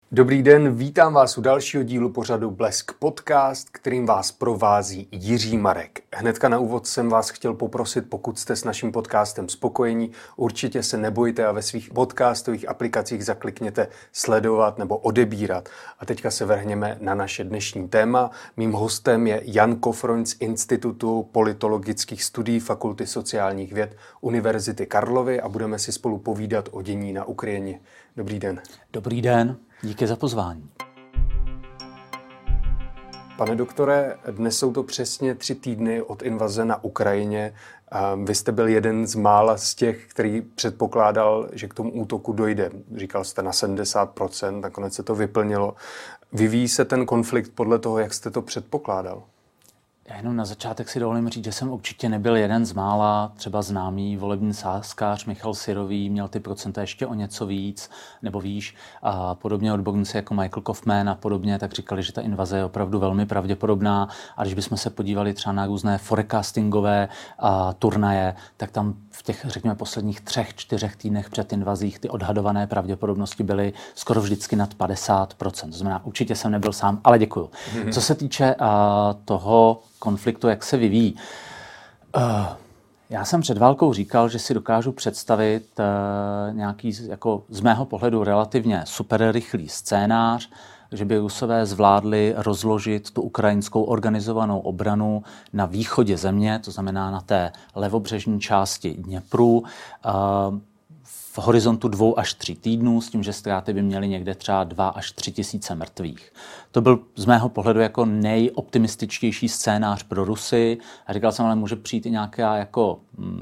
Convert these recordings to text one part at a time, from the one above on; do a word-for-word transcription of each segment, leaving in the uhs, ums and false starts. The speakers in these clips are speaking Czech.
Dobrý den, vítám vás u dalšího dílu pořadu Blesk Podcast, kterým vás provází Jiří Marek. Hnedka na úvod jsem vás chtěl poprosit, pokud jste s naším podcastem spokojení, určitě se nebojte a ve svých podcastových aplikacích zaklikněte sledovat nebo odebírat. A teďka se vrhněme na naše dnešní téma. Mým hostem je Jan Kofroň z Institutu politologických studií Fakulty sociálních věd Univerzity Karlovy a budeme si spolu povídat o dění na Ukrajině. Dobrý den. Dobrý den. Díky za pozvání. Pane doktore, dnes jsou to přesně tři týdny od invaze na Ukrajině. Vy jste byl jeden z mála z těch, který předpokládal, že k tomu útoku dojde. Říkal jste na sedmdesát procent, nakonec se to vyplnilo. Vyvíjí se ten konflikt podle toho, jak jste to předpokládal? Já jenom na začátek si dovolím říct, že jsem určitě nebyl jeden z mála, třeba známý volební sázkař Michal Syrový měl ty procenta ještě o něco víc, nebo výš. A podobně odborníci jako Michael Kaufman a podobně, tak říkali, že ta invaze je opravdu velmi pravděpodobná. A když bychom se podívali třeba na různé forecastingové a, turnaje, tak tam v těch, řekněme, posledních třech, čtyřech týdnech před invazích ty odhadované pravděpodobnosti byly skoro vždycky nad padesát procent. To znamená, určitě jsem nebyl sám, ale děkuju. Mm-hmm. Co se týče a, toho konfliktu, jak se vyvíjí. Uh, já jsem před válkou říkal, že si dokážu představit uh, nějaký, jako z mého pohledu relativně super rychlý scénář, že by Rusové zvládli rozložit tu ukrajinskou organizovanou obranu na východě země, to znamená na té levobřežní části Dněpru, uh, v horizontu dvou až tří týdnů, s tím, že ztráty by měly někde třeba dva až tři tisíce mrtvých. To byl z mého pohledu jako nejoptimističtější scénář pro Rusy. A říkal jsem, ale může přijít i nějaká, jako,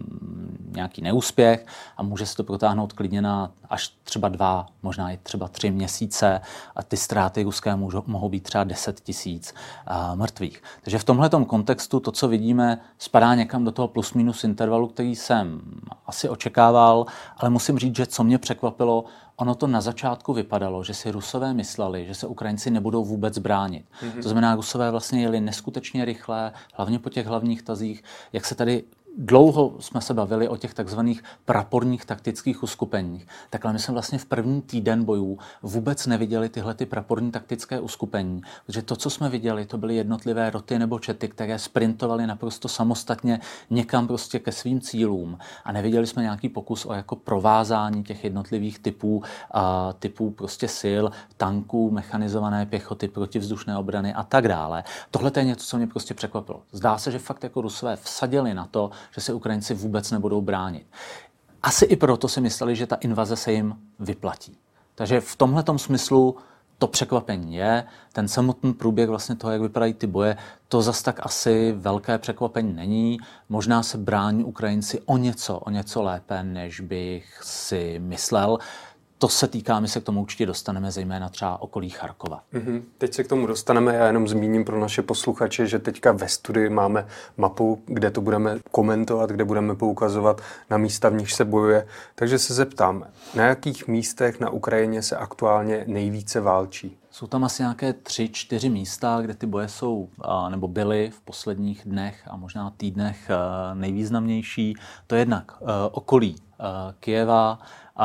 mm, nějaký neúspěch a může se to protáhnout klidně na až třeba dva, možná i třeba tři měsíce a ty ztráty ruské můžou, mohou být třeba deset tisíc uh, mrtvých. Takže v tomhletom kontextu to, co vidíme, spadá někam do toho plus minus intervalu, který jsem asi očekával, ale musím říct, že co mě překvapilo, ono to na začátku vypadalo, že si Rusové mysleli, že se Ukrajinci nebudou vůbec bránit. Mm-hmm. To znamená, Rusové vlastně jeli neskutečně rychle, hlavně po těch hlavních tazích, jak se tady dlouho jsme se bavili o těch takzvaných praporních taktických uskupeních. Takhle my jsme vlastně v první týden bojů vůbec neviděli tyhle ty praporní taktické uskupení, protože to, co jsme viděli, to byly jednotlivé roty nebo čety, které sprintovaly naprosto samostatně někam prostě ke svým cílům a neviděli jsme nějaký pokus o jako provázání těch jednotlivých typů, a typů prostě sil, tanků, mechanizované pěchoty, protivzdušné obrany a tak dále. Tohle je něco, co mě prostě překvapilo. Zdá se, že fakt jako Rusové vsadili na to, že se Ukrajinci vůbec nebudou bránit. Asi i proto si mysleli, že ta invaze se jim vyplatí. Takže v tomhletom smyslu to překvapení je. Ten samotný průběh vlastně toho, jak vypadají ty boje, to zas tak asi velké překvapení není. Možná se brání Ukrajinci o něco, o něco lépe, než bych si myslel. To se týká, my se k tomu určitě dostaneme, zejména třeba okolí Charkova. Mm-hmm. Teď se k tomu dostaneme, já jenom zmíním pro naše posluchače, že teďka ve studii máme mapu, kde to budeme komentovat, kde budeme poukazovat na místa, v nich se bojuje. Takže se zeptám, na jakých místech na Ukrajině se aktuálně nejvíce válčí? Jsou tam asi nějaké tři, čtyři místa, kde ty boje jsou, nebo byly v posledních dnech a možná týdnech nejvýznamnější. To je jednak okolí Kyjeva,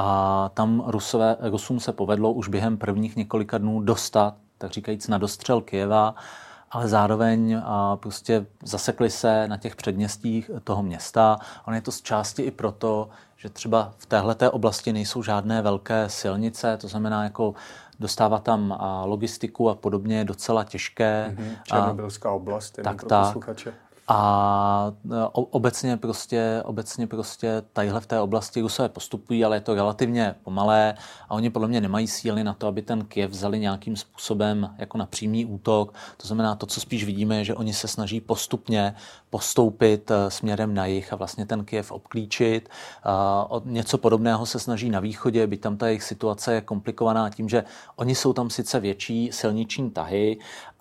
a tam Rusové, Rusům se povedlo už během prvních několika dnů dostat, tak říkajíc, na dostřel Kyjeva, ale zároveň a prostě zasekli se na těch předměstích toho města. Ono je to z části i proto, že třeba v téhleté oblasti nejsou žádné velké silnice, to znamená jako dostávat tam a logistiku a podobně je docela těžké. Mm-hmm. Černobylská oblast, jenom tak, pro tak. posluchače. A obecně prostě, obecně prostě tadyhle v té oblasti Rusové postupují, ale je to relativně pomalé a oni podle mě nemají síly na to, aby ten Kyjev vzali nějakým způsobem jako na přímý útok. To znamená, to, co spíš vidíme, je, že oni se snaží postupně postoupit směrem na jih a vlastně ten Kyjev obklíčit. Něco podobného se snaží na východě, byť tam ta jejich situace je komplikovaná tím, že oni jsou tam sice větší silniční tahy,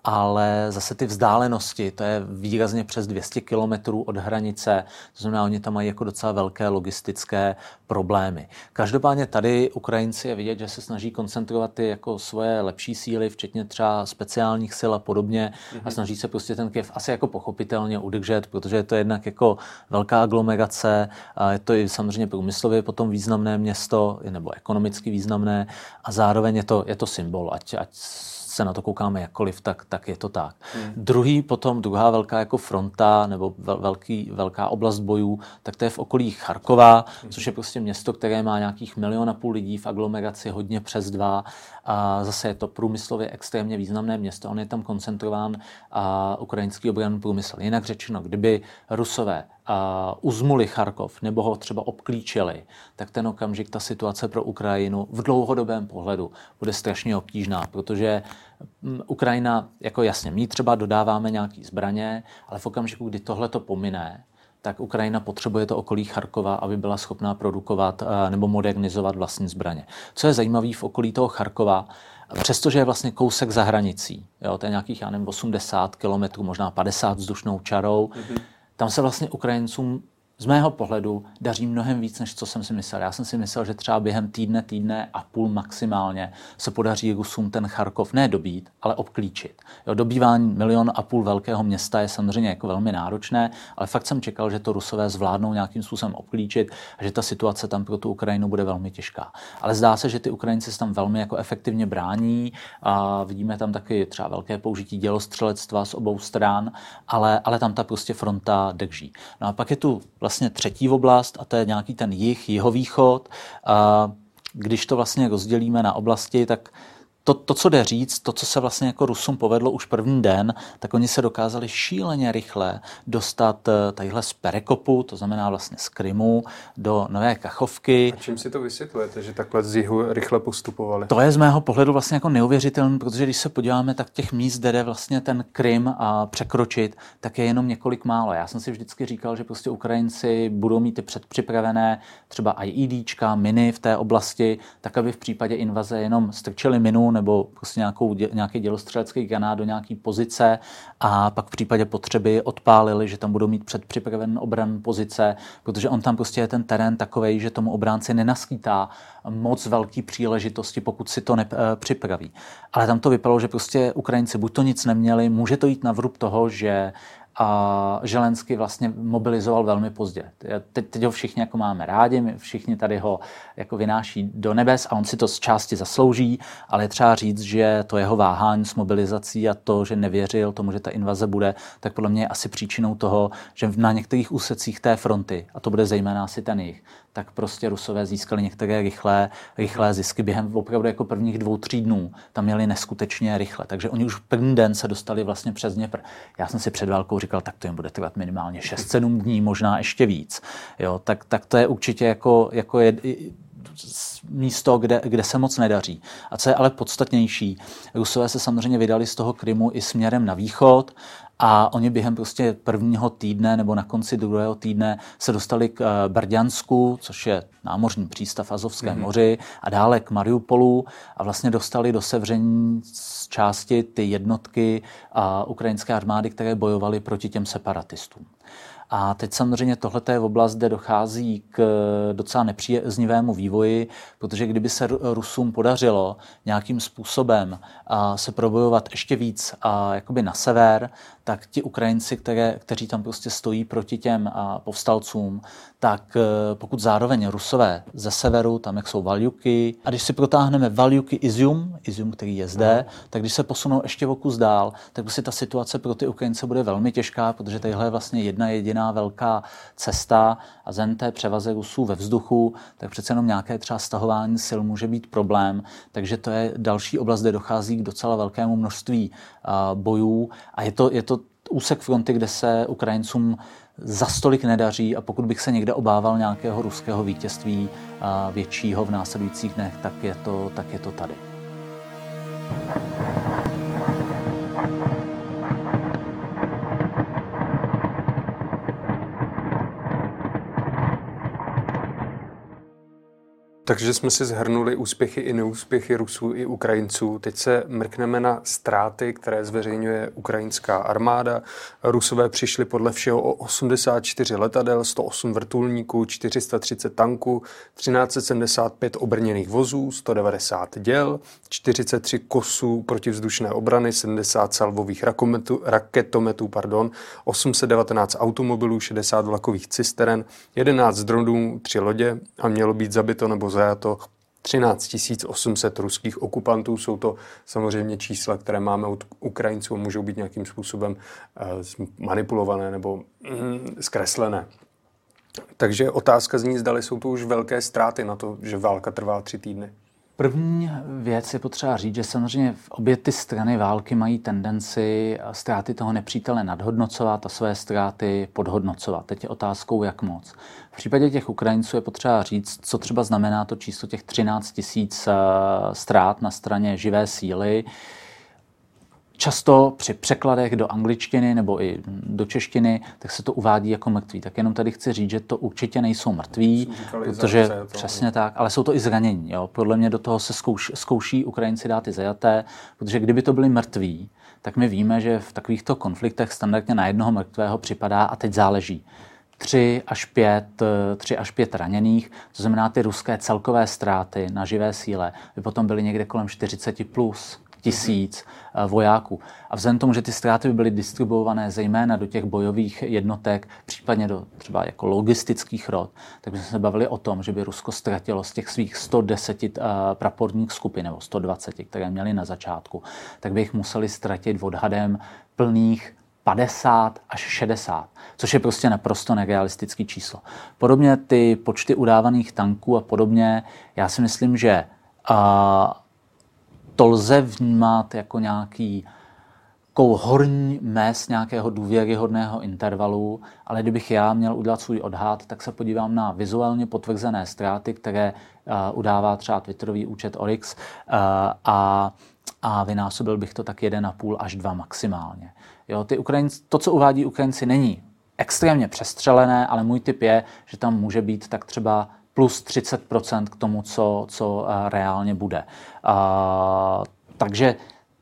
ale zase ty vzdálenosti, to je výrazně přes dvě stě kilometrů od hranice, to znamená, oni tam mají jako docela velké logistické problémy. Každopádně tady Ukrajinci je vidět, že se snaží koncentrovat ty jako svoje lepší síly, včetně třeba speciálních sil a podobně, mm-hmm. a snaží se prostě ten Kyjev asi jako pochopitelně udržet, protože je to jednak jako velká aglomerace, a je to i samozřejmě průmyslově potom významné město, nebo ekonomicky významné, a zároveň je to, je to symbol, ať, ať se na to koukáme jakkoliv, tak, tak je to tak. Hmm. Druhý potom, druhá velká jako fronta nebo vel, velký, velká oblast bojů, tak to je v okolí Charkova, hmm. což je prostě město, které má nějakých milion a půl lidí v aglomeraci, hodně přes dva. A zase je to průmyslově extrémně významné město. On je tam koncentrován a ukrajinský obranný průmysl. Jinak řečeno, kdyby Rusové a uzmuli Charkov nebo ho třeba obklíčili, tak ten okamžik ta situace pro Ukrajinu v dlouhodobém pohledu bude strašně obtížná, protože Ukrajina, jako jasně, my třeba dodáváme nějaké zbraně, ale v okamžiku, kdy tohle to pomine, tak Ukrajina potřebuje to okolí Charkova, aby byla schopná produkovat nebo modernizovat vlastní zbraně. Co je zajímavé v okolí toho Charkova, přestože je vlastně kousek za hranicí, jo, to je nějakých, já nevím, osmdesát kilometrů, možná padesát vzdušnou čarou, mm-hmm. tam se vlastně Ukrajincům z mého pohledu daří mnohem víc, než co jsem si myslel. Já jsem si myslel, že třeba během týdne, týdne a půl maximálně se podaří Rusům ten Charkov ne dobít, ale obklíčit. Jo, dobývání milion a půl velkého města je samozřejmě jako velmi náročné, ale fakt jsem čekal, že to Rusové zvládnou nějakým způsobem obklíčit a že ta situace tam pro tu Ukrajinu bude velmi těžká. Ale zdá se, že ty Ukrajinci se tam velmi jako efektivně brání a vidíme tam taky třeba velké použití dělostřelectva z obou stran, ale, ale tam ta prostě fronta drží. No a pak je tu vlastně třetí oblast a to je nějaký ten jih, jihovýchod. A když to vlastně rozdělíme na oblasti, tak to, to, co jde říct, to, co se vlastně jako Rusům povedlo už první den, tak oni se dokázali šíleně rychle dostat tadyhle z Perekopu, to znamená vlastně z Krymu, do Nové Kachovky. A čím si to vysvětlujete, že takhle z jihu rychle postupovali? To je z mého pohledu vlastně jako neuvěřitelné, protože když se podíváme, tak těch míst, kde jde vlastně ten Krym a překročit, tak je jenom několik málo. Já jsem si vždycky říkal, že prostě Ukrajinci budou mít ty předpřipravené třeba IEDčka, miny v té oblasti, tak aby v případě invaze jenom strčili minu nebo prostě nějakou, nějaký dělostřelecký granát do nějaký pozice a pak v případě potřeby odpálili, že tam budou mít předpřipravené obranné pozice, protože on tam prostě je ten terén takovej, že tomu obránci nenaskýtá moc velký příležitosti, pokud si to nepřipraví. Ale tam to vypadalo, že prostě Ukrajinci buď to nic neměli, může to jít na vrub toho, že a Zelenský vlastně mobilizoval velmi pozdě. Teď, teď ho všichni jako máme rádi, my všichni tady ho jako vynáší do nebes a on si to z části zaslouží, ale je třeba říct, že to jeho váhání s mobilizací a to, že nevěřil tomu, že ta invaze bude, tak podle mě je asi příčinou toho, že na některých úsecích té fronty, a to bude zejména asi ten jich, tak prostě Rusové získali některé rychlé, rychlé zisky během opravdu jako prvních dvou, tří dnů. Tam měli neskutečně rychle. Takže oni už první den se dostali vlastně přes Dněpr. Já jsem si před válkou říkal, tak to jim bude trvat minimálně šest sedm dní, možná ještě víc. Jo, tak, tak to je určitě jako, jako je, místo, kde, kde se moc nedaří. A co je ale podstatnější, Rusové se samozřejmě vydali z toho Krymu i směrem na východ a oni během prostě prvního týdne nebo na konci druhého týdne se dostali k Berďansku, což je námořní přístav v Azovském mm-hmm. moři, a dále k Mariupolu a vlastně dostali do sevření z části ty jednotky a ukrajinské armády, které bojovaly proti těm separatistům. A teď samozřejmě tohle je oblast, kde dochází k docela nepříznivému vývoji, protože kdyby se Rusům podařilo nějakým způsobem se probojovat ještě víc jakoby na sever, tak ti Ukrajinci, které, kteří tam prostě stojí proti těm povstalcům, tak pokud zároveň Rusové ze severu, tam jak jsou Valjuky, a když si protáhneme Valjuky Izium, Izium, který je zde, no. tak když se posunou ještě o kus dál, tak prostě ta situace pro ty Ukrajince bude velmi těžká, protože tadyhle je vlastně jedna jediná velká cesta a zen té převaze Rusů ve vzduchu, tak přece jenom nějaké třeba stahování sil může být problém, takže to je další oblast, kde dochází k docela velkému množství uh, bojů a je to, je to úsek fronty, kde se Ukrajincům za stolik nedaří a pokud bych se někde obával nějakého ruského vítězství uh, většího v následujících dnech, tak je to, tak je to tady. Takže jsme si shrnuli úspěchy i neúspěchy Rusů i Ukrajinců. Teď se mrkneme na ztráty, které zveřejňuje ukrajinská armáda. Rusové přišli podle všeho o osmdesát čtyři letadel, sto osm vrtulníků, čtyři sta třicet tanků, třináct set sedmdesát pět obrněných vozů, sto devadesát děl, čtyřicet tři kosů protivzdušné obrany, sedmdesát salvových rakometu, raketometů, pardon, osm set devatenáct automobilů, šedesát vlakových cisteren, jedenáct dronů, tři lodě a mělo být zabito nebo zajato třináct tisíc osm set ruských okupantů. Jsou to samozřejmě čísla, které máme od Ukrajinců a můžou být nějakým způsobem uh, manipulované nebo mm, zkreslené. Takže otázka zní, zdali jsou to už velké ztráty na to, že válka trvá tři týdny. První věc je potřeba říct, že samozřejmě obě ty strany války mají tendenci ztráty toho nepřítele nadhodnocovat a své ztráty podhodnocovat. Teď je otázkou, jak moc. V případě těch Ukrajinců je potřeba říct, co třeba znamená to číslo těch třináct tisíc ztrát na straně živé síly. Často při překladech do angličtiny nebo i do češtiny, tak se to uvádí jako mrtví. Tak jenom tady chci říct, že to určitě nejsou mrtví, protože to, přesně tak, ale jsou to i zranění. Jo? Podle mě do toho se zkouš, zkouší Ukrajinci dát i zajaté, protože kdyby to byli mrtví, tak my víme, že v takovýchto konfliktech standardně na jednoho mrtvého připadá, a teď záleží, tři až pět, tři až pět raněných, to znamená ty ruské celkové ztráty na živé síle by potom byly někde kolem čtyřicet plus tisíc vojáků. A vzhledem tomu, že ty ztráty by byly distribuované zejména do těch bojových jednotek, případně do třeba jako logistických rod, tak bychom se bavili o tom, že by Rusko ztratilo z těch svých sto deset uh, praporních skupin nebo sto dvacet, které měli na začátku, tak by jich museli ztratit odhadem plných padesát až šedesát, což je prostě naprosto nerealistický číslo. Podobně ty počty udávaných tanků a podobně, já si myslím, že uh, to lze vnímat jako nějaký horní mez nějakého důvěryhodného intervalu, ale kdybych já měl udělat svůj odhad, tak se podívám na vizuálně potvrzené ztráty, které uh, udává třeba Twitterový účet Oryx uh, a, a vynásobil bych to tak jedna a půl až dva maximálně. Jo, ty Ukrajinci, to, co uvádí Ukrajinci, není extrémně přestřelené, ale můj tip je, že tam může být tak třeba plus třicet procent k tomu, co, co reálně bude. Uh, takže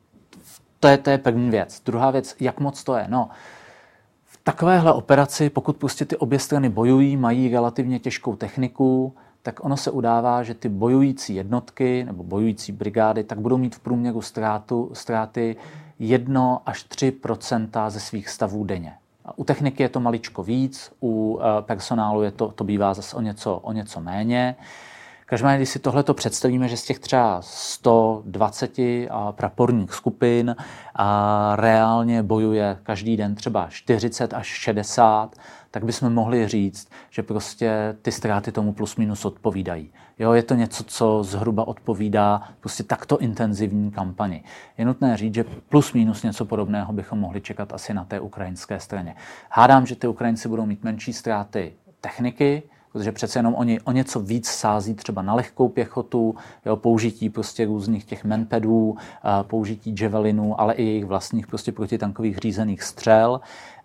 to je, to je první věc. Druhá věc, jak moc to je? No, v takovéhle operaci, pokud prostě ty obě strany bojují, mají relativně těžkou techniku, tak ono se udává, že ty bojující jednotky nebo bojující brigády tak budou mít v průměru ztrátu, ztráty jedna až tři procenta ze svých stavů denně. U techniky je to maličko víc, u personálu je to, to bývá zase o něco, o něco méně. Každopádně, když si tohleto představíme, že z těch třeba sto dvacet praporních skupin a reálně bojuje každý den třeba čtyřicet až šedesát, tak bychom mohli říct, že prostě ty ztráty tomu plus minus odpovídají. Jo, je to něco, co zhruba odpovídá prostě takto intenzivní kampani. Je nutné říct, že plus minus něco podobného bychom mohli čekat asi na té ukrajinské straně. Hádám, že ty Ukrajinci budou mít menší ztráty techniky, protože přece jenom oni o něco víc sází třeba na lehkou pěchotu, jo, použití prostě různých těch manpadů, použití javelinů, ale i jejich vlastních prostě protitankových řízených střel.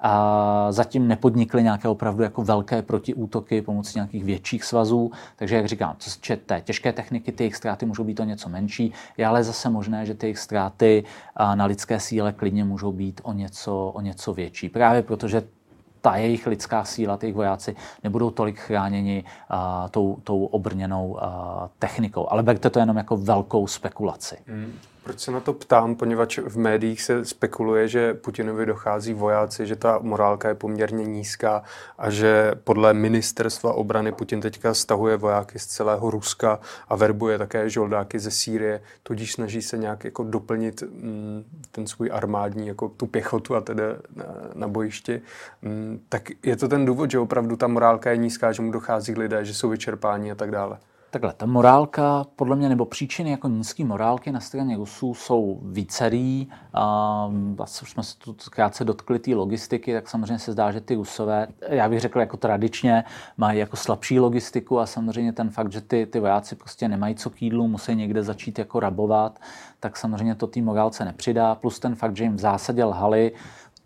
A zatím nepodnikly nějaké opravdu jako velké protiútoky pomocí nějakých větších svazů, takže jak říkám, co se týče té těžké techniky, ty jejich ztráty můžou být o něco menší, je ale zase možné, že ty jejich ztráty na lidské síle klidně můžou být o něco, o něco větší. Právě protože ta jejich lidská síla, ty jejich vojáci nebudou tolik chráněni uh, tou, tou obrněnou uh, technikou. Ale berte to jenom jako velkou spekulaci. Hmm. Proč se na to ptám? Poněvadž v médiích se spekuluje, že Putinovi dochází vojáci, že ta morálka je poměrně nízká a že podle ministerstva obrany Putin teďka stahuje vojáky z celého Ruska a verbuje také žoldáky ze Sýrie, tudíž snaží se nějak jako doplnit mm, ten svůj armádní, jako tu pěchotu a tedy na, na bojišti. Mm, tak je to ten důvod, že opravdu ta morálka je nízká, že mu dochází lidé, že jsou vyčerpáni a tak dále? Takhle, ta morálka, podle mě, nebo příčiny jako nízké morálky na straně Rusů jsou vícerý. Vlastně už jsme se tu krátce dotkli té logistiky, tak samozřejmě se zdá, že ty Rusové, já bych řekl jako tradičně, mají jako slabší logistiku a samozřejmě ten fakt, že ty, ty vojáci prostě nemají co k jídlu, musí někde začít jako rabovat, tak samozřejmě to té morálce nepřidá. Plus ten fakt, že jim v zásadě lhali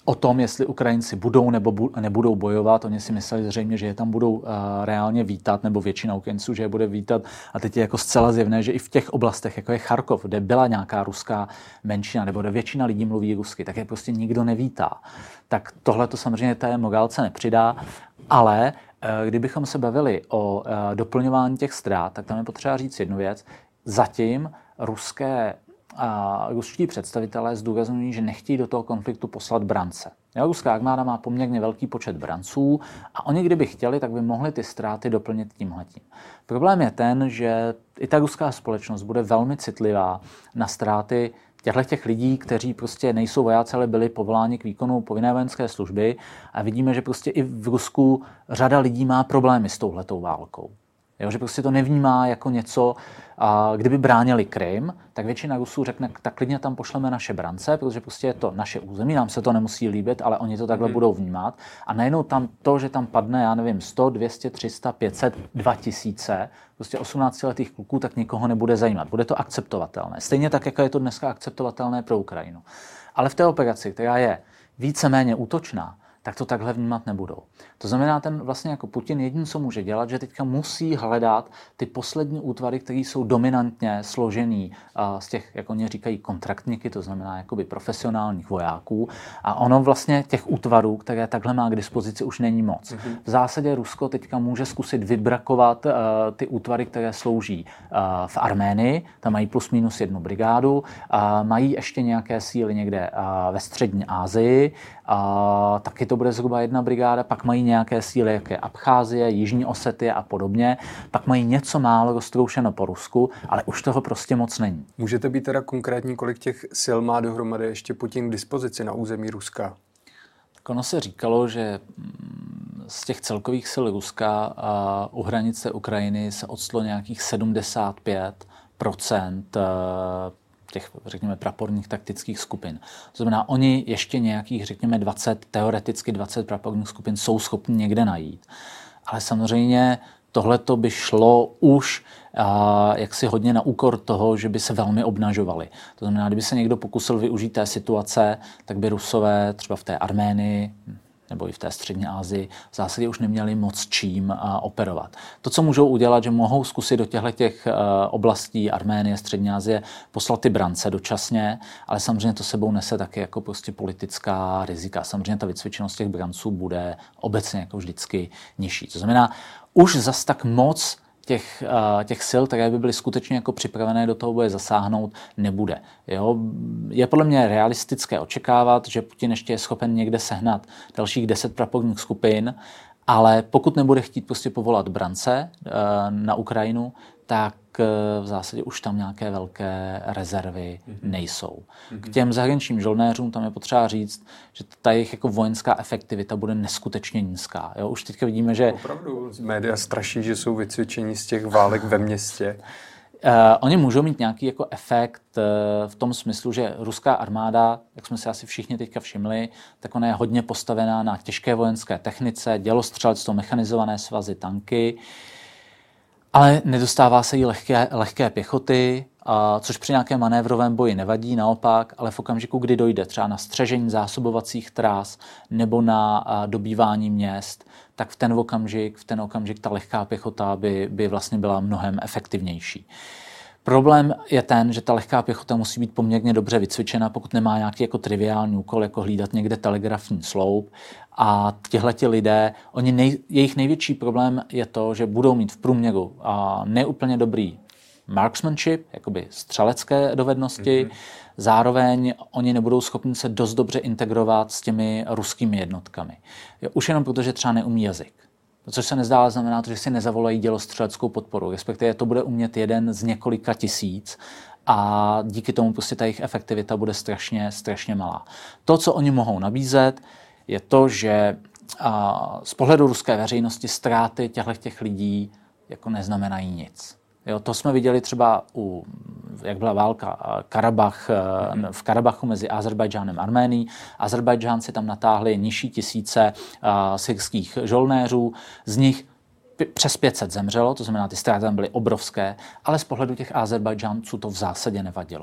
o tom, jestli Ukrajinci budou nebo bu- nebudou bojovat. Oni si mysleli zřejmě, že je tam budou uh, reálně vítat, nebo většina Ukrajinců, že je bude vítat. A teď je jako zcela zjevné, že i v těch oblastech, jako je Charkov, kde byla nějaká ruská menšina, nebo kde většina lidí mluví rusky, tak je prostě nikdo nevítá. Tak tohle to samozřejmě té morálce nepřidá, ale kdybychom se bavili o doplňování těch ztrát, tak tam je potřeba říct jednu věc. Zatím ruské, a, ruští představitelé zdůrazňují, že nechtějí do toho konfliktu poslat brance. Jo, ruská armáda má poměrně velký počet branců a oni, kdyby chtěli, tak by mohli ty ztráty doplnit tímhletím. Problém je ten, že i ta ruská společnost bude velmi citlivá na ztráty těchto těch lidí, kteří prostě nejsou vojáci, ale byli povoláni k výkonu povinné vojenské služby a vidíme, že prostě i v Rusku řada lidí má problémy s touhletou válkou. Jo, že prostě to nevnímá jako něco, a kdyby bránili Krym, tak většina Rusů řekne, tak klidně tam pošleme naše brance, protože prostě je to naše území, nám se to nemusí líbit, ale oni to takhle hmm. budou vnímat. A najednou tam to, že tam padne, já nevím, sto, dvě stě, tři sta, pět set, dva tisíce, prostě osmnáctiletých kluků, tak nikoho nebude zajímat. Bude to akceptovatelné. Stejně tak, jako je to dneska akceptovatelné pro Ukrajinu. Ale v té operaci, která je víceméně útočná, tak to takhle vnímat nebudou. To znamená, ten vlastně jako Putin jediné, co může dělat, že teďka musí hledat ty poslední útvary, které jsou dominantně složený uh, z těch, jak oni říkají, kontraktníky, to znamená jakoby profesionálních vojáků. A ono vlastně těch útvarů, které takhle má k dispozici, už není moc. Mm-hmm. V zásadě Rusko teďka může zkusit vybrakovat uh, ty útvary, které slouží uh, v Arménii, tam mají plus minus jednu brigádu, uh, mají ještě nějaké síly někde uh, ve střední Asii, uh, taky to bude zhruba jedna brigáda, pak mají nějaké síly, jako je Abcházie, Jižní Osetie a podobně, pak mají něco málo roztroušeno po Rusku, ale už toho prostě moc není. Můžete být teda konkrétní, kolik těch sil má dohromady ještě Putin k dispozici na území Ruska? Tak ono se říkalo, že z těch celkových sil Ruska a u hranice Ukrajiny se odstlo nějakých sedmdesát pět procent těch, řekněme, praporných taktických skupin. To znamená, oni ještě nějakých, řekněme, dvacet, teoreticky dvacet praporných skupin jsou schopni někde najít. Ale samozřejmě tohleto by šlo už a, jaksi hodně na úkor toho, že by se velmi obnažovali. To znamená, kdyby se někdo pokusil využít té situace, tak by Rusové třeba v té Arménii nebo i v té střední Asii v zásadě už neměli moc čím a, operovat. To, co můžou udělat, že mohou zkusit do těchto těch oblastí Arménie, střední Asie poslat ty brance dočasně, ale samozřejmě to sebou nese taky jako prostě politická rizika. Samozřejmě ta vycvičenost těch branců bude obecně jako vždycky nižší. To znamená, už zas tak moc těch, těch sil, které by byly skutečně jako připravené do toho boje zasáhnout, nebude. Jo? Je podle mě realistické očekávat, že Putin ještě je schopen někde sehnat dalších deset praporných skupin, ale pokud nebude chtít prostě povolat brance na Ukrajinu, tak v zásadě už tam nějaké velké rezervy nejsou. K těm zahraničním žoldnéřům tam je potřeba říct, že ta jejich jako vojenská efektivita bude neskutečně nízká. Jo? Už teďka vidíme, že... Opravdu, média straší, že jsou vycvičení z těch válek ve městě. Uh, oni můžou mít nějaký jako efekt uh, v tom smyslu, že ruská armáda, jak jsme si asi všichni teďka všimli, tak ona je hodně postavená na těžké vojenské technice, dělostřelectvo, mechanizované svazy, tanky, ale nedostává se jí lehké, lehké pěchoty, a což při nějakém manévrovém boji nevadí, naopak, ale v okamžiku, kdy dojde třeba na střežení zásobovacích tras nebo na a, dobývání měst, tak v ten okamžik, v ten okamžik ta lehká pěchota by, by vlastně byla mnohem efektivnější. Problém je ten, že ta lehká pěchota musí být poměrně dobře vycvičena, pokud nemá nějaký jako triviální úkol, jako hlídat někde telegrafní sloup. A tihleti lidé, oni nej, jejich největší problém je to, že budou mít v průměru a neúplně dobrý marksmanship, jakoby střelecké dovednosti, mm-hmm. Zároveň oni nebudou schopni se dost dobře integrovat s těmi ruskými jednotkami. Už jenom proto, že třeba neumí jazyk. Což se nezdá, znamená to, že si nezavolají dělostřeleckou podporu. Respektive to bude umět jeden z několika tisíc a díky tomu prostě ta jejich efektivita bude strašně, strašně malá. To, co oni mohou nabízet, je to, že a, z pohledu ruské veřejnosti ztráty těchto lidí jako neznamenají nic. Jo, to jsme viděli třeba u, jak byla válka Karabach, mm-hmm. v Karabachu mezi Azerbajdžánem a Arménií. Azerbajdžánci tam natáhli nižší tisíce uh, syrských žolnéřů, z nich přes pět set zemřelo, to znamená, ty ztráty tam byly obrovské, ale z pohledu těch Azerbajdžánců to v zásadě nevadilo.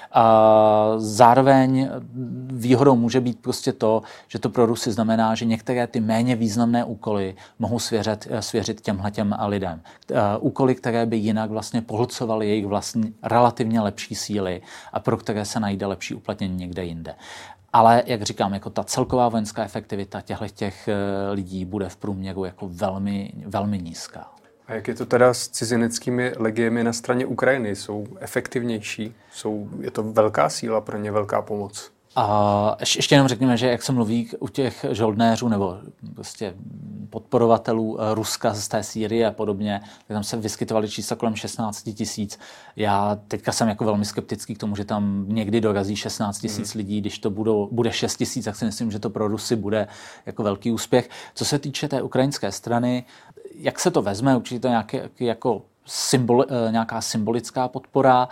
Zároveň výhodou může být prostě to, že to pro Rusy znamená, že některé ty méně významné úkoly mohou svěřit, svěřit těmhletěm lidem. Úkoly, které by jinak vlastně pohlcovaly jejich vlastní relativně lepší síly a pro které se najde lepší uplatnění někde jinde. Ale, jak říkám, jako ta celková vojenská efektivita těchto těch lidí bude v průměru jako velmi, velmi nízká. A jak je to teda s cizineckými legiemi na straně Ukrajiny? Jsou efektivnější? Jsou, je to velká síla pro ně, velká pomoc? A ještě jenom řekněme, že jak se mluví u těch žoldnéřů nebo prostě podporovatelů Ruska z té Sýrie a podobně, tak tam se vyskytovaly čísla kolem šestnáct tisíc. Já teďka jsem jako velmi skeptický k tomu, že tam někdy dorazí šestnáct tisíc hmm. lidí, když to budou, bude šest tisíc, tak si myslím, že to pro Rusy bude jako velký úspěch. Co se týče té ukrajinské strany, jak se to vezme, určitě to nějaké, jako symbol, nějaká symbolická podpora.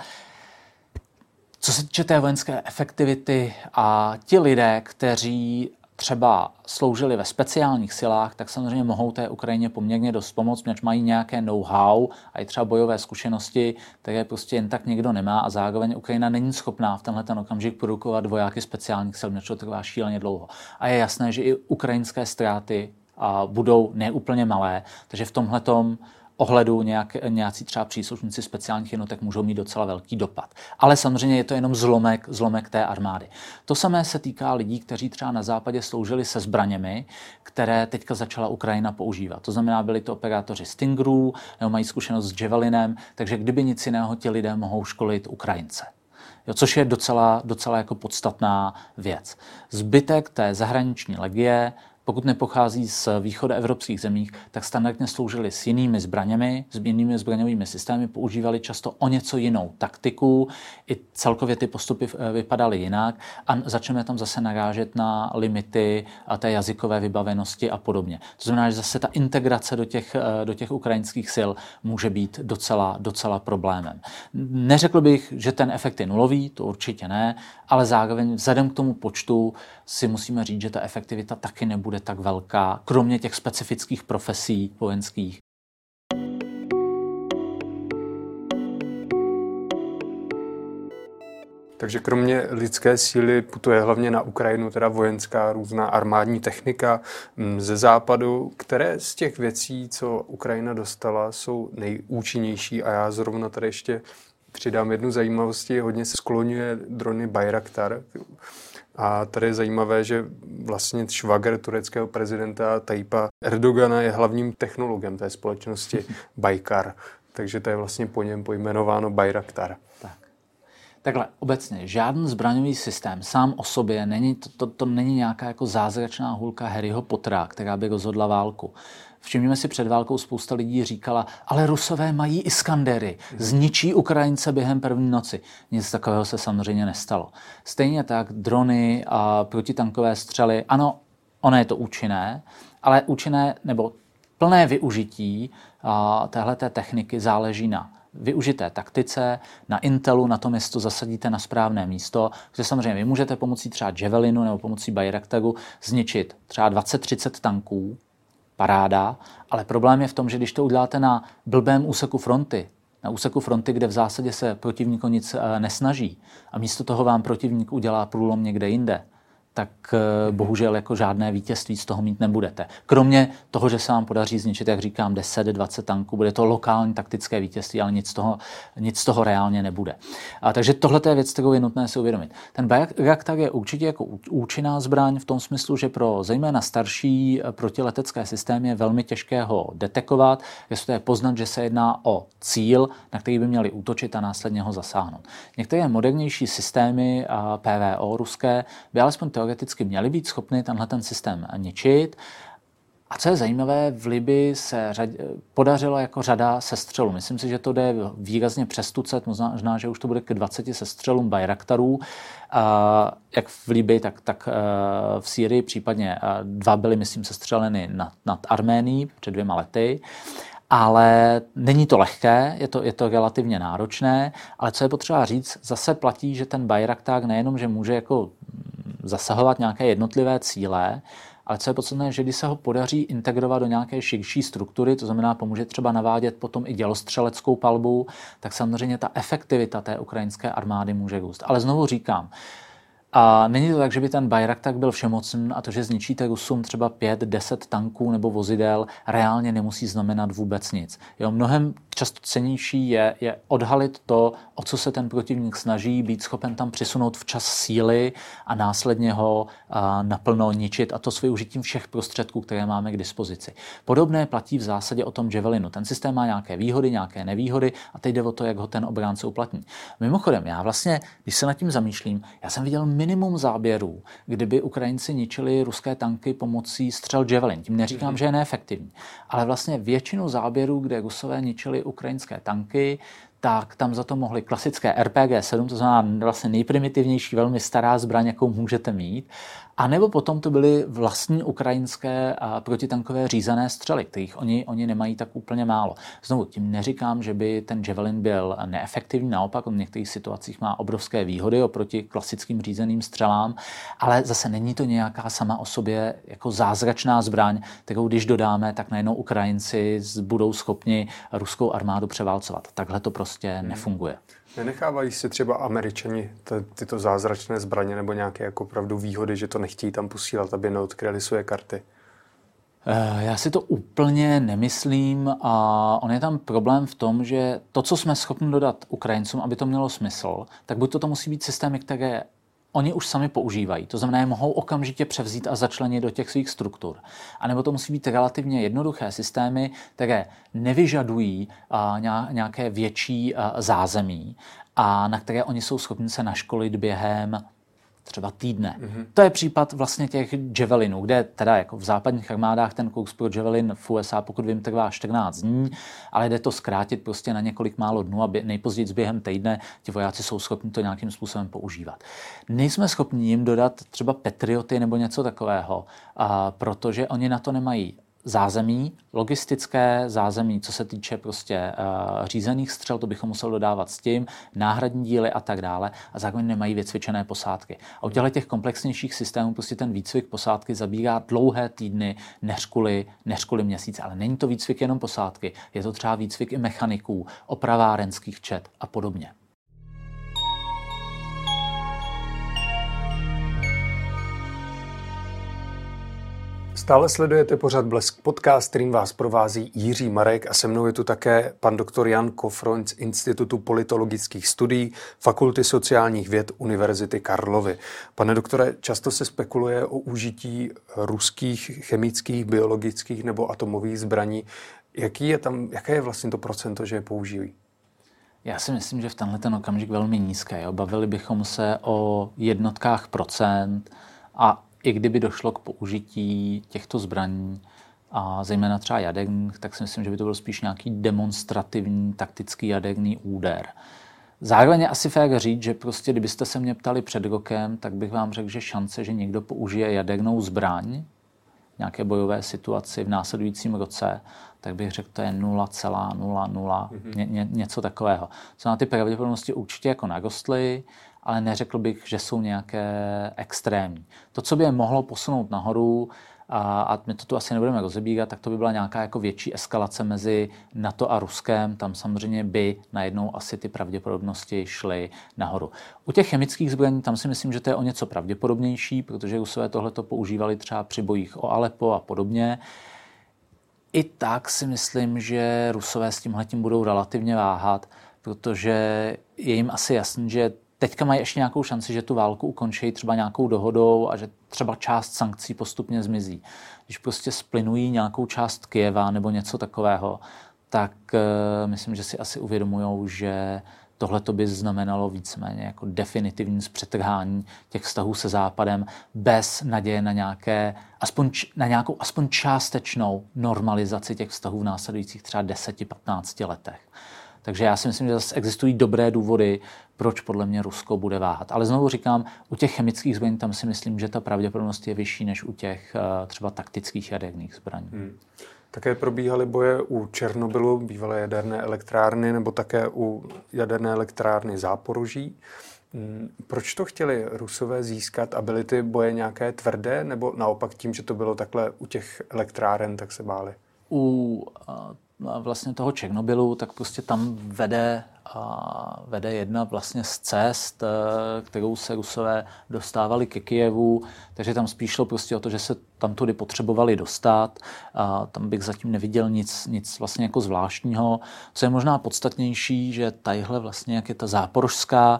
Co se týče té vojenské efektivity a ti lidé, kteří třeba sloužili ve speciálních silách, tak samozřejmě mohou té Ukrajině poměrně dost pomoct, protože mají nějaké know-how a i třeba bojové zkušenosti, které prostě jen tak někdo nemá a zároveň Ukrajina není schopná v tenhle ten okamžik produkovat vojáky speciálních sil, protože to trvá šíleně dlouho. A je jasné, že i ukrajinské ztráty a budou neúplně malé, takže v tomhletom ohledu nějak, nějací třeba příslušníci speciálních jednotek můžou mít docela velký dopad. Ale samozřejmě je to jenom zlomek, zlomek té armády. To samé se týká lidí, kteří třeba na západě sloužili se zbraněmi, které teďka začala Ukrajina používat. To znamená, byli to operátoři Stingerů, nebo mají zkušenost s Javelinem, takže kdyby nic jiného, ti lidé mohou školit Ukrajince. Jo, což je docela, docela jako podstatná věc. Zbytek té zahraniční legie, pokud nepochází z východoevropských zemích, tak standardně sloužili s jinými zbraněmi, s jinými zbraňovými systémy, používali často o něco jinou taktiku, i celkově ty postupy vypadaly jinak a začneme tam zase narážet na limity a té jazykové vybavenosti a podobně. To znamená, že zase ta integrace do těch, do těch ukrajinských sil může být docela, docela problémem. Neřekl bych, že ten efekt je nulový, to určitě ne, ale zároveň vzhledem k tomu počtu si musíme říct, že ta efektivita taky nebude tak velká, kromě těch specifických profesí vojenských. Takže kromě lidské síly putuje hlavně na Ukrajinu teda vojenská různá armádní technika ze západu. Které z těch věcí, co Ukrajina dostala, jsou nejúčinnější? A já zrovna tady ještě přidám jednu zajímavosti. Hodně se skloňuje drony Bayraktar. A tady je zajímavé, že vlastně švagr tureckého prezidenta Tayyipa Erdogana je hlavním technologem té společnosti Baykar. Takže to je vlastně po něm pojmenováno Bayraktar. Tak. Takhle, obecně, žádný zbraňový systém sám o sobě, není, to, to, to není nějaká jako zázračná hůlka Harryho Pottera, která by rozhodla válku. Všimněme si, před válkou spousta lidí říkala, ale Rusové mají Iskandery, zničí Ukrajince během první noci. Nic takového se samozřejmě nestalo. Stejně tak drony a protitankové střely, ano, ono je to účinné, ale účinné nebo plné využití téhleté techniky záleží na využité taktice, na Intelu, na tom, jestli to zasadíte na správné místo, protože samozřejmě vy můžete pomocí třeba Javelinu nebo pomocí Bayraktaru zničit třeba dvacet třicet tanků, paráda, ale problém je v tom, že když to uděláte na blbém úseku fronty, na úseku fronty, kde v zásadě se protivník o nic nesnaží a místo toho vám protivník udělá průlom někde jinde, tak bohužel jako žádné vítězství z toho mít nebudete. Kromě toho, že se vám podaří zničit, jak říkám, deset dvacet tanků, bude to lokální taktické vítězství, ale nic z toho, nic z toho reálně nebude. A takže tohle je věc, kterou je nutné si uvědomit. Ten Bayraktar je určitě jako účinná zbraň v tom smyslu, že pro zejména starší protiletecké systémy je velmi těžké ho detekovat, jestli je poznat, že se jedná o cíl, na který by měli útočit a následně ho zasáhnout. Některé modernější systémy P V O ruské by alespoň teoreticky měli být schopni tenhle ten systém ničit. A co je zajímavé, v Libii se řad, podařilo jako řada sestřelů. Myslím si, že to jde výrazně přes tucet, možná, že už to bude k dvaceti sestřelům Bayraktarů, jak v Libii, tak, tak v Sýrii, případně dva byly, myslím, sestřeleny nad, nad Arménií před dvěma lety. Ale není to lehké, je to, je to relativně náročné, ale co je potřeba říct, zase platí, že ten Bayraktar nejenom, že může jako zasahovat nějaké jednotlivé cíle, Ale co je podstatné, že když se ho podaří integrovat do nějaké širší struktury, to znamená pomůže třeba navádět potom i dělostřeleckou palbu, tak samozřejmě ta efektivita té ukrajinské armády může růst. Ale znovu říkám, a není to tak, že by ten Bayraktar byl všemocný a to, že zničíte Rusům třeba pět, deset tanků nebo vozidel, reálně nemusí znamenat vůbec nic. Jo, mnohem často cennější je, je odhalit to, o co se ten protivník snaží, být schopen tam přisunout včas síly a následně ho a, naplno ničit, a to s využitím všech prostředků, které máme k dispozici. Podobné platí v zásadě o tom Javelinu. Ten systém má nějaké výhody, nějaké nevýhody a teď jde o to, jak ho ten obránce uplatní. Mimochodem, já vlastně, když se nad tím zamýšlím, já jsem viděl minimum záběrů, kdyby Ukrajinci ničili ruské tanky pomocí střel Javelin. Tím neříkám, že je neefektivní, ale vlastně většinu záběrů, kde Rusové ničili ukrajinské tanky, tak tam za to mohli klasické R P G sedm, to znamená vlastně nejprimitivnější, velmi stará zbraň, jakou můžete mít. A nebo potom to byly vlastní ukrajinské a protitankové řízené střely, kterých oni, oni nemají tak úplně málo. Znovu, tím neříkám, že by ten Javelin byl neefektivní, naopak on v některých situacích má obrovské výhody oproti klasickým řízeným střelám, ale zase není to nějaká sama o sobě jako zázračná zbraň, kterou když dodáme, tak najednou Ukrajinci budou schopni ruskou armádu převálcovat. Takhle to prostě nefunguje. Nenechávají si třeba Američani t- tyto zázračné zbraně nebo nějaké jako opravdu výhody, že to nechtějí tam posílat, aby neodkryli své karty? Já si to úplně nemyslím a on je tam problém v tom, že to, co jsme schopni dodat Ukrajincům, aby to mělo smysl, tak buď to, to musí být systémy, které oni už sami používají. To znamená, je mohou okamžitě převzít a začlenit do těch svých struktur. A nebo to musí být relativně jednoduché systémy, které nevyžadují a, nějaké větší a, zázemí a na které oni jsou schopni se naškolit během třeba týdne. Mm-hmm. To je případ vlastně těch Javelinů, kde teda jako v západních armádách ten kurz pro Javelin v U S A, pokud vím, trvá čtrnáct dní, ale jde to zkrátit prostě na několik málo dnů, aby nejpozději během týdne ti vojáci jsou schopni to nějakým způsobem používat. Nejsme schopni jim dodat třeba Patrioty nebo něco takového, a protože oni na to nemají zázemí, logistické zázemí, co se týče prostě uh, řízených střel, to bychom museli dodávat s tím, náhradní díly a tak dále, a zároveň nemají vycvičené posádky. A u těchto těch komplexnějších systémů prostě ten výcvik posádky zabírá dlouhé týdny, než kvůli, než kvůli měsíc. Ale není to výcvik jenom posádky, je to třeba výcvik i mechaniků, opravárenských čet a podobně. Stále sledujete pořad Blesk podcast, kterým vás provází Jiří Marek a se mnou je tu také pan doktor Jan Kofroň z Institutu politologických studií Fakulty sociálních věd Univerzity Karlovy. Pane doktore, často se spekuluje o užití ruských chemických, biologických nebo atomových zbraní. Jaký je tam, jaké je vlastně to procento, že je použijí? Já si myslím, že v tenhle ten okamžik velmi nízké. Jo. Bavili bychom se o jednotkách procent a i kdyby došlo k použití těchto zbraní, a zejména třeba jaderných, tak si myslím, že by to byl spíš nějaký demonstrativní taktický jaderný úder. Zároveň je asi fér říct, že prostě kdybyste se mě ptali před rokem, tak bych vám řekl, že šance, že někdo použije jadernou zbraň v nějaké bojové situaci v následujícím roce, tak bych řekl, to je nula celá nula nula, mm-hmm. ně, ně, něco takového. Co na ty pravděpodobnosti určitě jako narostly, ale neřekl bych, že jsou nějaké extrémní. To, co by je mohlo posunout nahoru, a, a my to tu asi nebudeme rozebírat, tak to by byla nějaká jako větší eskalace mezi NATO a Ruskem. Tam samozřejmě by najednou asi ty pravděpodobnosti šly nahoru. U těch chemických zbraní tam si myslím, že to je o něco pravděpodobnější, protože Rusové tohleto používali třeba při bojích o Aleppo a podobně. I tak si myslím, že Rusové s tímhletím budou relativně váhat, protože je jim asi jasný, že teďka mají ještě nějakou šanci, že tu válku ukončí třeba nějakou dohodou a že třeba část sankcí postupně zmizí. Když prostě splynují nějakou část Kyjeva nebo něco takového, tak uh, myslím, že si asi uvědomujou, že tohle by znamenalo víceméně jako definitivní zpřetrhání těch vztahů se Západem bez naděje na, nějaké, aspoň, na nějakou aspoň částečnou normalizaci těch vztahů v následujících třeba deset patnáct letech. Takže já si myslím, že zase existují dobré důvody, proč podle mě Rusko bude váhat. Ale znovu říkám, u těch chemických zbraní tam si myslím, že ta pravděpodobnost je vyšší než u těch uh, třeba taktických jaderných zbraní. Hmm. Také probíhaly boje u Černobylu, bývalé jaderné elektrárny, nebo také u jaderné elektrárny Záporoží. Proč to chtěli Rusové získat a byly ty boje nějaké tvrdé, nebo naopak tím, že to bylo takhle u těch elektráren, tak se báli? U vlastně toho Černobylu, tak prostě tam vede, vede jedna vlastně z cest, kterou se Rusové dostávali ke Kyjevu, takže tam spíš šlo prostě o to, že se tam tudy potřebovali dostat. A tam bych zatím neviděl nic, nic vlastně jako zvláštního. Co je možná podstatnější, že tadyhle vlastně, jak je ta záporožská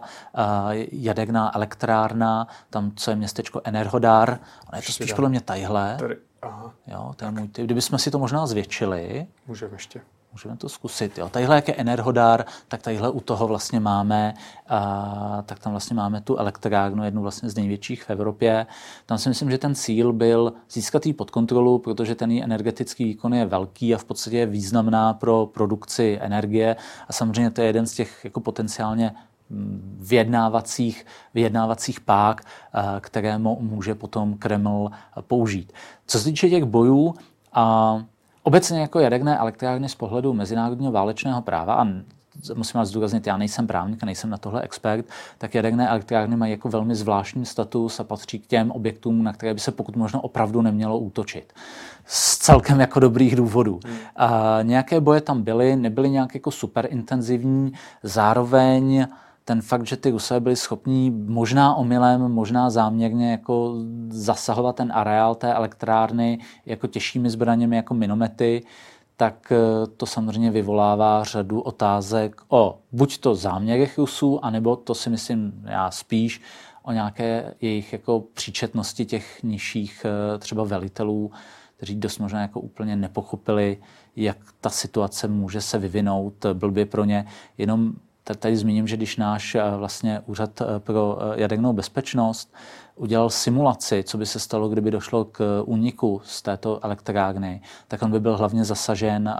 jaderná elektrárna, tam, co je městečko Enerhodar, ale je to spíš podle mě tadyhle. Tady. Aha. Jo, to je můj typ. Kdybychom si to možná zvětšili. Můžeme ještě. Můžeme to zkusit. Jo. Tadyhle, jak je Enerhodar, tak tadyhle u toho vlastně máme, a, tak tam vlastně máme tu elektrárnu, jednu vlastně z největších v Evropě. Tam si myslím, že ten cíl byl získat ji pod kontrolu, protože ten energetický výkon je velký a v podstatě je významná pro produkci energie. A samozřejmě to je jeden z těch jako potenciálně vyjednávacích, vyjednávacích pák, které může potom Kreml použít. Co se týče těch bojů, a obecně jako jaderné elektrárny z pohledu mezinárodního válečného práva, a musím vás zdůraznit, já nejsem právník a nejsem na tohle expert, tak jaderné elektrárny mají jako velmi zvláštní status a patří k těm objektům, na které by se pokud možno opravdu nemělo útočit. Z celkem jako dobrých důvodů. Hmm. A nějaké boje tam byly, nebyly nějak jako super intenzivní, zároveň ten fakt, že ty Rusové byli schopní možná omylem, možná záměrně jako zasahovat ten areál té elektrárny jako těžšími zbraněmi, jako minomety, tak to samozřejmě vyvolává řadu otázek o buď to záměrech Rusů, anebo to si myslím já spíš o nějaké jejich jako příčetnosti těch nižších třeba velitelů, kteří dost možná jako úplně nepochopili, jak ta situace může se vyvinout blbě pro ně. Jenom tady zmíním, že když náš vlastně úřad pro jadernou bezpečnost udělal simulaci, co by se stalo, kdyby došlo k úniku z této elektrárny, tak on by byl hlavně zasažen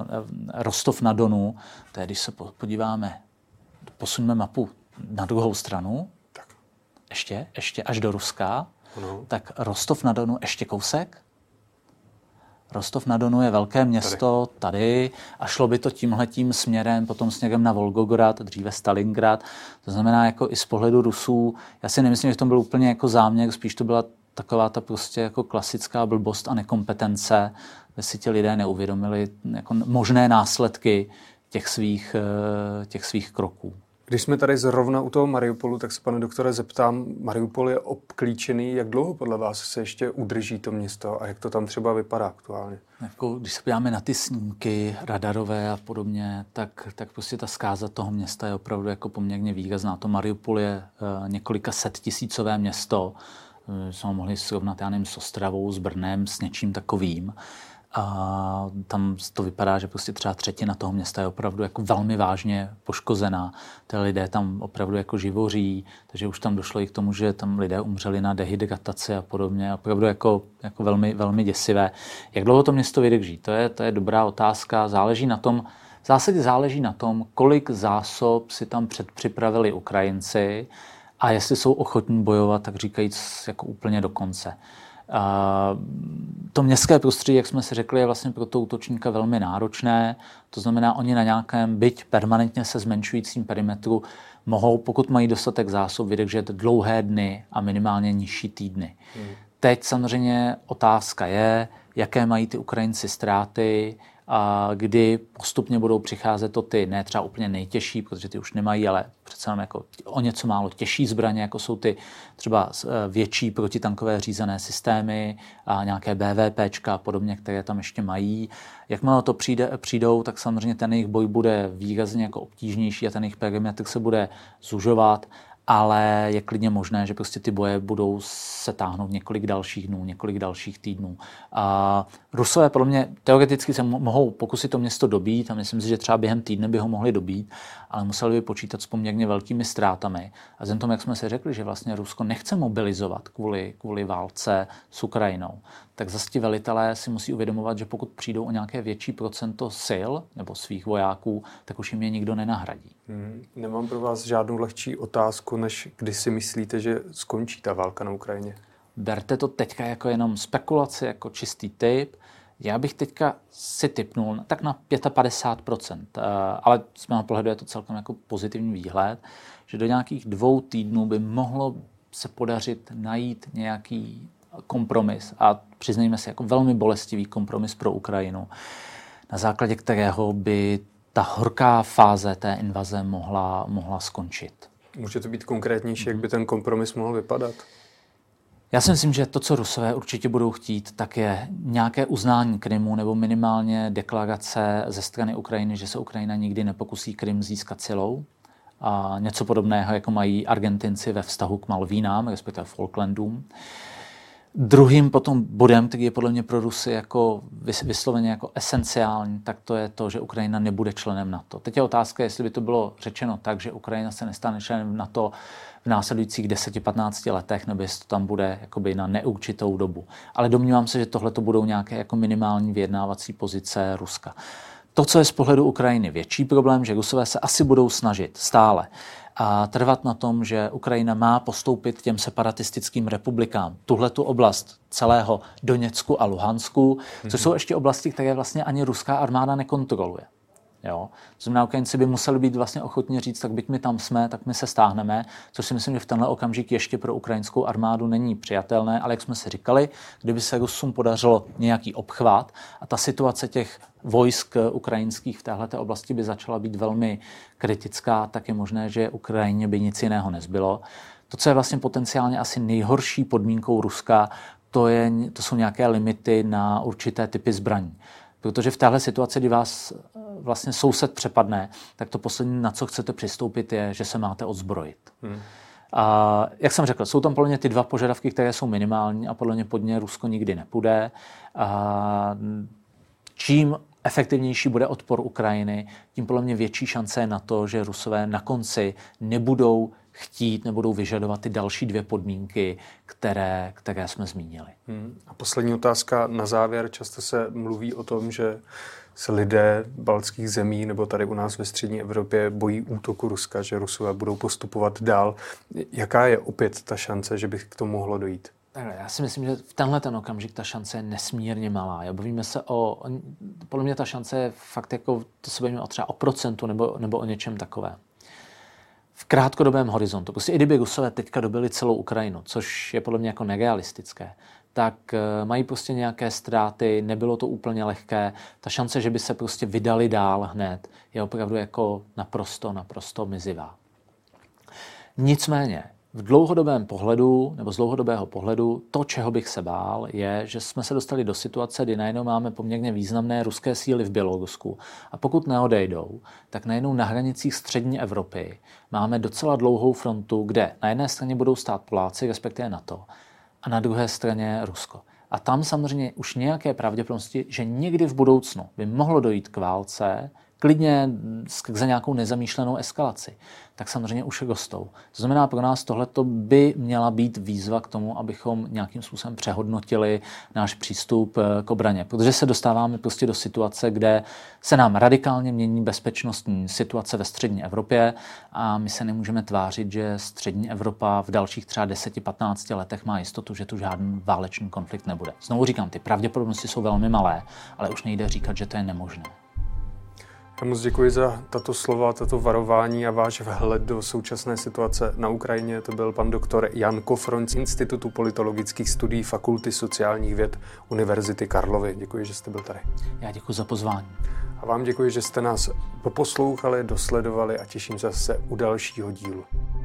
Rostov na Donu. To je, když se podíváme, posuňme mapu na druhou stranu, tak. ještě, ještě až do Ruska, no. Tak Rostov na Donu ještě kousek. Rostov na Donu je velké město tady. tady a šlo by to tímhletím směrem, potom směrem na Volgograd, dříve Stalingrad. To znamená, jako i z pohledu Rusů, já si nemyslím, že to byl úplně jako záměr, spíš to byla taková ta prostě jako klasická blbost a nekompetence, kde si ti lidé neuvědomili jako možné následky těch svých, těch svých kroků. Když jsme tady zrovna u toho Mariupolu, tak se, pane doktore, zeptám, Mariupol je obklíčený, jak dlouho podle vás se ještě udrží to město a jak to tam třeba vypadá aktuálně? Jako, když se podíváme na ty snímky radarové a podobně, tak, tak prostě ta zkáza toho města je opravdu jako poměrně výrazná. To Mariupol je uh, několika set tisícové město, uh, jsme ho mohli srovnat, já nevím, s Ostravou, s Brnem, s něčím takovým. A tam to vypadá, že prostě třeba třetina toho města je opravdu jako velmi vážně poškozená. Ty lidé tam opravdu jako živoří, takže už tam došlo i k tomu, že tam lidé umřeli na dehydrataci a podobně. Opravdu jako, jako velmi, velmi děsivé. Jak dlouho to město vydrží? To je, to je dobrá otázka. Záleží na tom, v zásadě záleží na tom, kolik zásob si tam předpřipravili Ukrajinci a jestli jsou ochotní bojovat, tak říkajíc jako úplně do konce. A to městské prostředí, jak jsme si řekli, je vlastně pro toho útočníka velmi náročné. To znamená, oni na nějakém byť permanentně se zmenšujícím perimetru mohou, pokud mají dostatek zásob, vydržet dlouhé dny a minimálně nižší týdny. Hmm. Teď samozřejmě otázka je, jaké mají ty Ukrajinci ztráty, a kdy postupně budou přicházet to ty, ne třeba úplně nejtěžší, protože ty už nemají, ale přece jenom jako o něco málo těžší zbraně, jako jsou ty třeba větší protitankové řízené systémy a nějaké BVPčka a podobně, které tam ještě mají. Jakmile to přijde, přijdou, tak samozřejmě ten jejich boj bude výrazně jako obtížnější a ten jejich perimetr se bude zužovat, ale je klidně možné, že prostě ty boje budou se táhnout několik dalších dnů, několik dalších týdnů. A Rusové podle mě teoreticky se mohou pokusit to město dobít a myslím si, že třeba během týdne by ho mohli dobít, ale museli by počítat s poměrně velkými ztrátami. A vzhledem tomu, jak jsme si řekli, že vlastně Rusko nechce mobilizovat kvůli, kvůli válce s Ukrajinou, tak zase ti velitelé si musí uvědomovat, že pokud přijdou o nějaké větší procento sil nebo svých vojáků, tak už jim je nikdo nenahradí. Hmm, nemám pro vás žádnou lehčí otázku, než kdy si myslíte, že skončí ta válka na Ukrajině? Berte to teďka jako jenom spekulaci, jako čistý tip. Já bych teďka si tipnul tak na padesát pět procent, ale z mého pohledu je to celkem jako pozitivní výhled, že do nějakých dvou týdnů by mohlo se podařit najít nějaký kompromis a přiznejme si jako velmi bolestivý kompromis pro Ukrajinu, na základě kterého by ta horká fáze té invaze mohla, mohla skončit. Může to být konkrétnější, jak by ten kompromis mohl vypadat? Já si myslím, že to, co Rusové určitě budou chtít, tak je nějaké uznání Krymu nebo minimálně deklarace ze strany Ukrajiny, že se Ukrajina nikdy nepokusí Krym získat silou. A něco podobného, jako mají Argentinci ve vztahu k Malvínám, respektive Falklandům. Druhým potom bodem, který je podle mě pro Rusy jako vysloveně jako esenciální, tak to je to, že Ukrajina nebude členem NATO. Teď je otázka, jestli by to bylo řečeno tak, že Ukrajina se nestane členem NATO v následujících deseti patnácti letech, nebo jestli to tam bude jakoby na neurčitou dobu. Ale domnívám se, že tohle to budou nějaké jako minimální vyjednávací pozice Ruska. To, co je z pohledu Ukrajiny větší problém, že Rusové se asi budou snažit stále a trvat na tom, že Ukrajina má postoupit těm separatistickým republikám tuhletu oblast celého Doněcku a Luhansku, mm-hmm. což jsou ještě oblasti, které vlastně ani ruská armáda nekontroluje. Jo? To znamená, Ukrajinci by museli být vlastně ochotni říct, tak byť my tam jsme, tak my se stáhneme, což si myslím, že v tenhle okamžik ještě pro ukrajinskou armádu není přijatelné, ale jak jsme si říkali, kdyby se Rusům podařilo nějaký obchvat a ta situace těch vojsk ukrajinských v téhleté oblasti by začala být velmi kritická, tak je možné, že Ukrajině by nic jiného nezbylo. To, co je vlastně potenciálně asi nejhorší podmínkou Ruska, to, je, to jsou nějaké limity na určité typy zbraní. Protože v téhle situaci, kdy vás vlastně soused přepadne, tak to poslední, na co chcete přistoupit, je, že se máte odzbrojit. Hmm. A jak jsem řekl, jsou tam podle mě ty dva požadavky, které jsou minimální a podle mě pod ně Rusko nikdy nepůjde. A čím efektivnější bude odpor Ukrajiny, tím podle mě větší šance je na to, že Rusové na konci nebudou chtít, nebudou vyžadovat ty další dvě podmínky, které, které jsme zmínili. Hmm. A poslední otázka na závěr. Často se mluví o tom, že se lidé baltských zemí nebo tady u nás ve střední Evropě bojí útoku Ruska, že Rusové budou postupovat dál. Jaká je opět ta šance, že by k tomu mohlo dojít? Já si myslím, že v tenhle ten okamžik ta šance je nesmírně malá. Já bavíme se o, podle mě ta šance je fakt jako, to se bavíme o třeba o procentu nebo, nebo o něčem takové. V krátkodobém horizontu, prostě i kdyby Rusové teďka dobili celou Ukrajinu, což je podle mě jako nerealistické, tak mají prostě nějaké ztráty, nebylo to úplně lehké. Ta šance, že by se prostě vydali dál hned, je opravdu jako naprosto, naprosto mizivá. Nicméně, v dlouhodobém pohledu, nebo z dlouhodobého pohledu, to, čeho bych se bál, je, že jsme se dostali do situace, kdy najednou máme poměrně významné ruské síly v Bělorusku. A pokud neodejdou, tak najednou na hranicích střední Evropy máme docela dlouhou frontu, kde na jedné straně budou stát Poláci, respektive NATO, a na druhé straně Rusko. A tam samozřejmě už nějaké pravděpodobnosti, že někdy v budoucnu by mohlo dojít k válce, klidně skrze nějakou nezamýšlenou eskalaci, tak samozřejmě už rostou. To znamená, pro nás tohleto by měla být výzva k tomu, abychom nějakým způsobem přehodnotili náš přístup k obraně. Protože se dostáváme prostě do situace, kde se nám radikálně mění bezpečnostní situace ve střední Evropě a my se nemůžeme tvářit, že střední Evropa v dalších třeba deseti patnácti letech má jistotu, že tu žádný válečný konflikt nebude. Znovu říkám, ty pravděpodobnosti jsou velmi malé, ale už nejde říkat, že to je nemožné. Já moc děkuji za tato slova, tato varování a váš vhled do současné situace na Ukrajině. To byl pan doktor Jan Kofroň z Institutu politologických studií Fakulty sociálních věd Univerzity Karlovy. Děkuji, že jste byl tady. Já děkuji za pozvání. A vám děkuji, že jste nás poposlouchali, dosledovali a těším se zase u dalšího dílu.